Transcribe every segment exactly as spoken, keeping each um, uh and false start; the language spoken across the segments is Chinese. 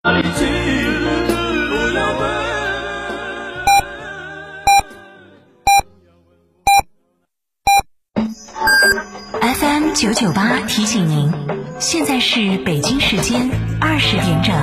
F M 九九八提醒您，现在是北京时间二十点整。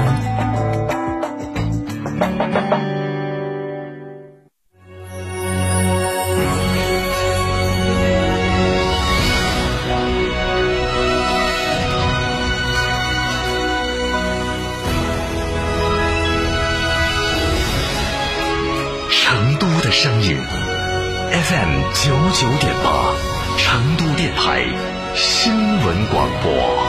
成都的声音 F M 九九点八，成都电台新闻广播。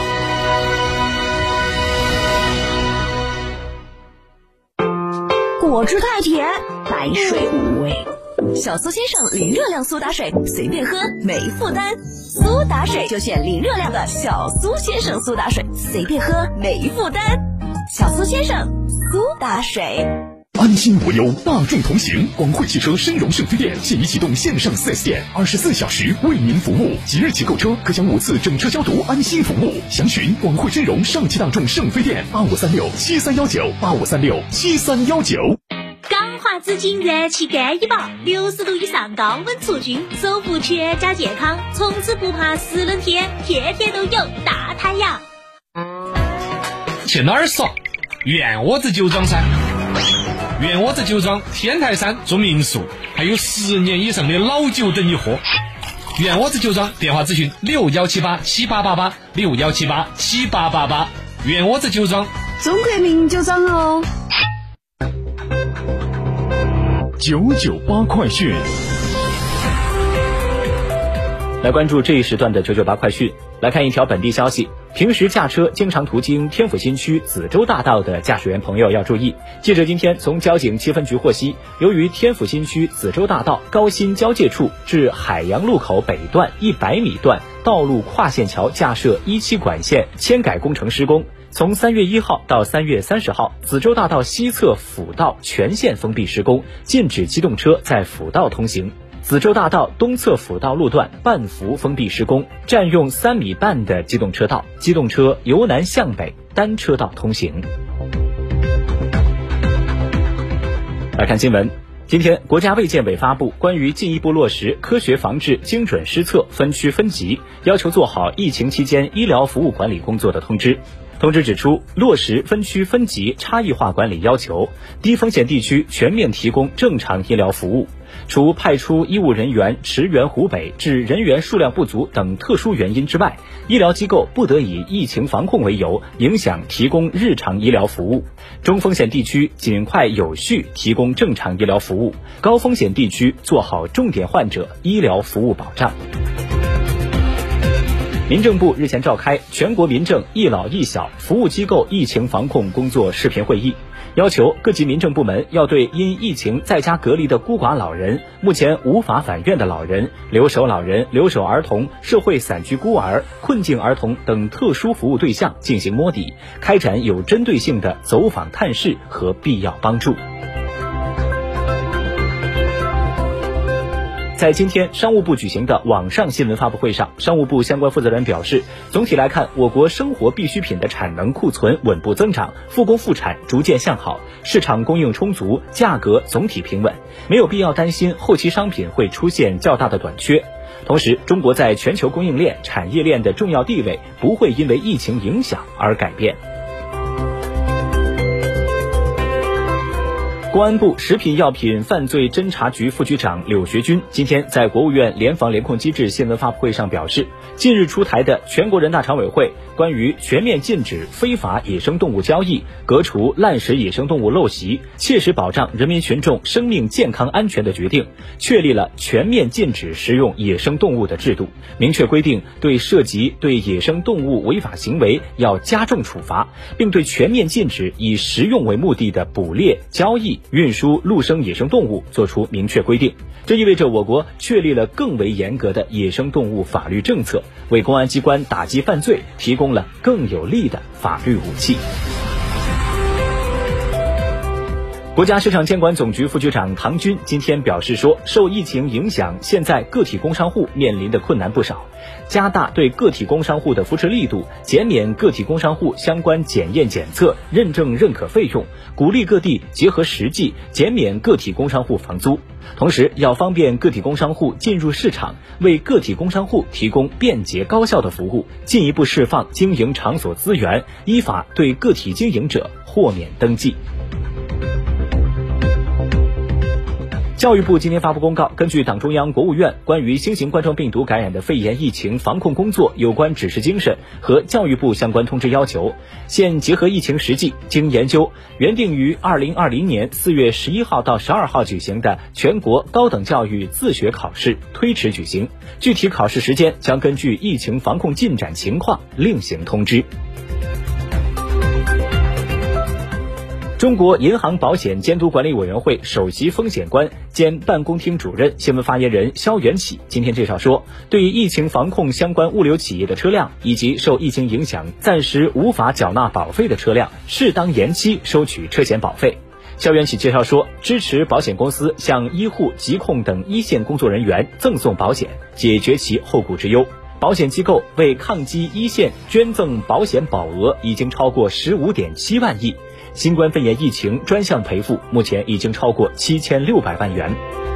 果汁太甜，白水无味。小苏先生零热量苏打水，随便喝没负担。苏打水就选零热量的小苏先生苏打水，随便喝没负担。小苏先生苏打水。 安心无忧，大众同行。广汇汽车申荣盛飞店现已启动线上 四 S 店，二十四小时为您服务。即日起购车可享五次整车消毒安心服务。详询广汇申荣上汽大众盛飞店八五三六七三幺九八五三六七三幺九。 钢化紫金燃气干衣宝，六十度以上高温除菌，守护全家健康，从此不怕湿冷天，天天都有大太阳。 去哪儿耍？圆窝子酒庄噻。圆窝子酒庄天台山做民宿，还有十年以上的老酒等你喝。圆窝子酒庄电话咨询六幺七八七八八八六幺七八七八八八。圆窝子酒庄， 中国名酒庄哦。 九九八快讯， 来关注这一时段的九九八快讯。来看一条本地消息，平时驾车经常途经天府新区梓州大道的驾驶员朋友要注意。记者今天从交警七分局获悉，由于天府新区梓州大道高新交界处至海洋路口北段一百米段道路跨线桥架设一期管线迁改工程施工，从三月一号到三月三十号，梓州大道西侧辅道全线封闭施工，禁止机动车在辅道通行。梓州大道东侧辅道路段半幅封闭施工，占用三米半的机动车道，机动车由南向北单车道通行。来看新闻，今天国家卫健委发布关于进一步落实科学防治精准施测分区分级，要求做好疫情期间医疗服务管理工作的通知。通知指出，落实分区分级差异化管理要求，低风险地区全面提供正常医疗服务。除派出医务人员驰援湖北致人员数量不足等特殊原因之外，医疗机构不得以疫情防控为由影响提供日常医疗服务。中风险地区尽快有序提供正常医疗服务，高风险地区做好重点患者医疗服务保障。民政部日前召开全国民政一老一小服务机构疫情防控工作视频会议，要求各级民政部门要对因疫情在家隔离的孤寡老人、目前无法返院的老人、留守老人、留守儿童、社会散居孤儿、困境儿童等特殊服务对象进行摸底，开展有针对性的走访探视和必要帮助。在今天商务部举行的网上新闻发布会上，商务部相关负责人表示，总体来看，我国生活必需品的产能库存稳步增长，复工复产逐渐向好，市场供应充足，价格总体平稳，没有必要担心后期商品会出现较大的短缺。同时，中国在全球供应链、产业链的重要地位不会因为疫情影响而改变。公安部食品药品犯罪侦查局副局长柳学军今天在国务院联防联控机制新闻发布会上表示，近日出台的全国人大常委会关于全面禁止非法野生动物交易、革除滥食野生动物陋习、切实保障人民群众生命健康安全的决定，确立了全面禁止食用野生动物的制度，明确规定对涉及对野生动物违法行为要加重处罚，并对全面禁止以食用为目的的捕猎、交易、运输陆生野生动物作出明确规定。这意味着我国确立了更为严格的野生动物法律政策，为公安机关打击犯罪提供了更有力的法律武器。 国家市场监管总局副局长唐军今天表示说，受疫情影响，现在个体工商户面临的困难不少，加大对个体工商户的扶持力度，减免个体工商户相关检验检测、认证认可费用，鼓励各地结合实际减免个体工商户房租。同时，要方便个体工商户进入市场，为个体工商户提供便捷高效的服务，进一步释放经营场所资源，依法对个体经营者豁免登记。教育部今天发布公告，根据党中央、国务院关于新型冠状病毒感染的肺炎疫情防控工作有关指示精神和教育部相关通知要求，现结合疫情实际，经研究，原定于二零二零年四月十一号到十二号举行的全国高等教育自学考试推迟举行，具体考试时间将根据疫情防控进展情况另行通知。中国银行保险监督管理委员会首席风险官兼办公厅主任、新闻发言人肖元起今天介绍说，对于疫情防控相关物流企业的车辆以及受疫情影响暂时无法缴纳保费的车辆，适当延期收取车险保费。肖元起介绍说，支持保险公司向医护、疾控等一线工作人员赠送保险，解决其后顾之忧。保险机构为抗击一线捐赠保险保额已经超过 十五点七万亿，新冠肺炎疫情专项赔付目前已经超过七千六百万元。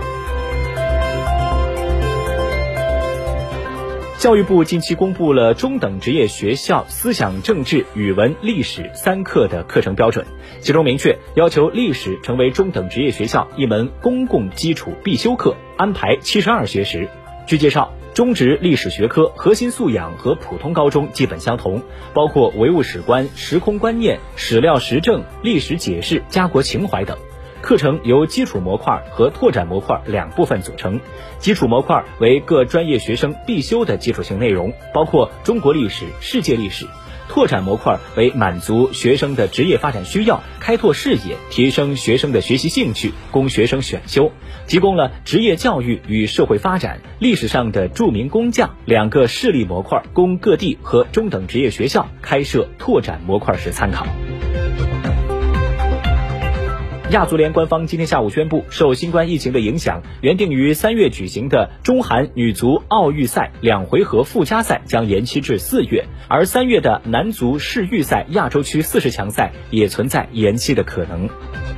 教育部近期公布了中等职业学校思想政治、语文、历史三课的课程标准，其中明确要求历史成为中等职业学校一门公共基础必修课，安排七十二学时。据介绍，中职历史学科核心素养和普通高中基本相同，包括唯物史观、时空观念、史料实证、历史解释、家国情怀等。课程由基础模块和拓展模块两部分组成。基础模块为各专业学生必修的基础性内容，包括中国历史、世界历史。拓展模块为满足学生的职业发展需要，开拓视野，提升学生的学习兴趣，供学生选修，提供了职业教育与社会发展、历史上的著名工匠两个示例模块，供各地和中等职业学校开设拓展模块时参考。亚足联官方今天下午宣布，受新冠疫情的影响，原定于三月举行的中韩女足奥预赛两回合附加赛将延期至四月，而三月的男足世预赛亚洲区四十强赛也存在延期的可能。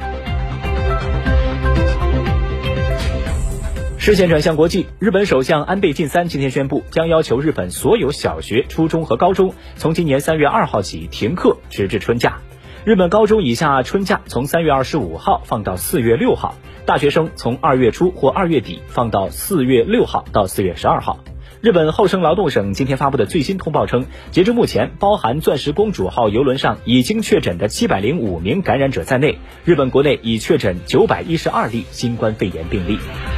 视线转向国际，日本首相安倍晋三今天宣布，将要求日本所有小学、初中和高中从今年三月二号起停课，直至春假。日本高中以下春假从三月二十五号放到四月六号，大学生从二月初或二月底放到四月六号到四月十二号。日本厚生劳动省今天发布的最新通报称，截至目前，包含钻石公主号邮轮上已经确诊的七百零五名感染者在内，日本国内已确诊九百一十二例新冠肺炎病例。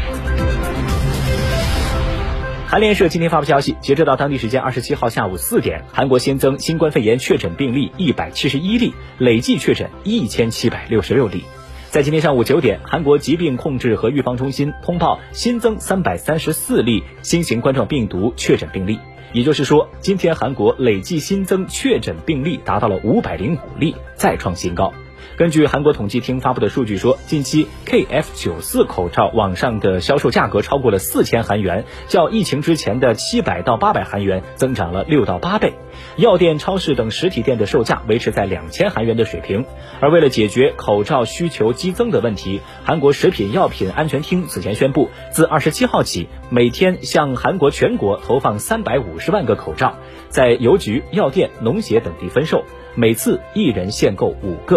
韩联社今天发布消息，截止到当地时间二十七号下午四点，韩国新增新冠肺炎确诊病例一百七十一例，累计确诊一千七百六十六例。在今天上午九点，韩国疾病控制和预防中心通报新增三百三十四例新型冠状病毒确诊病例，也就是说，今天韩国累计新增确诊病例达到了五百零五例，再创新高。根据韩国统计厅发布的数据说，近期 K F 九十四 口罩网上的销售价格超过了四千韩元，较疫情之前的七百到八百韩元增长了六到八倍。药店、超市等实体店的售价维持在两千韩元的水平。而为了解决口罩需求激增的问题，韩国食品药品安全厅此前宣布，自二十七号起，每天向韩国全国投放三百五十万个口罩，在邮局、药店、农协等地分售，每次一人限购五个。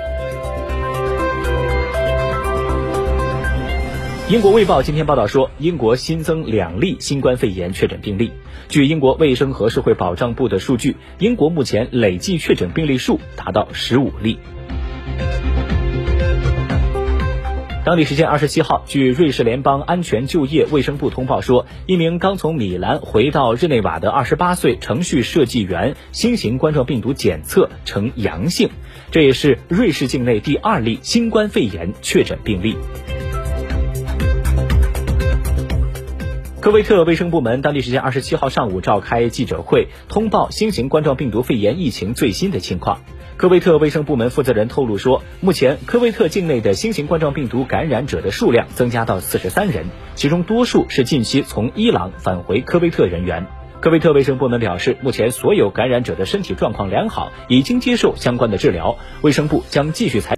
英国卫报今天报道说，英国新增两例新冠肺炎确诊病例。据英国卫生和社会保障部的数据，英国目前累计确诊病例数达到十五例。当地时间二十七号，据瑞士联邦安全就业卫生部通报说，一名刚从米兰回到日内瓦的二十八岁程序设计员新型冠状病毒检测呈阳性，这也是瑞士境内第二例新冠肺炎确诊病例。科威特卫生部门当地时间二十七号上午召开记者会，通报新型冠状病毒肺炎疫情最新的情况。 科威特卫生部门负责人透露说，目前科威特境内的新型冠状病毒感染者的数量增加到四十三人，其中多数是近期从伊朗返回科威特人员。科威特卫生部门表示，目前所有感染者的身体状况良好，已经接受相关的治疗，卫生部将继续采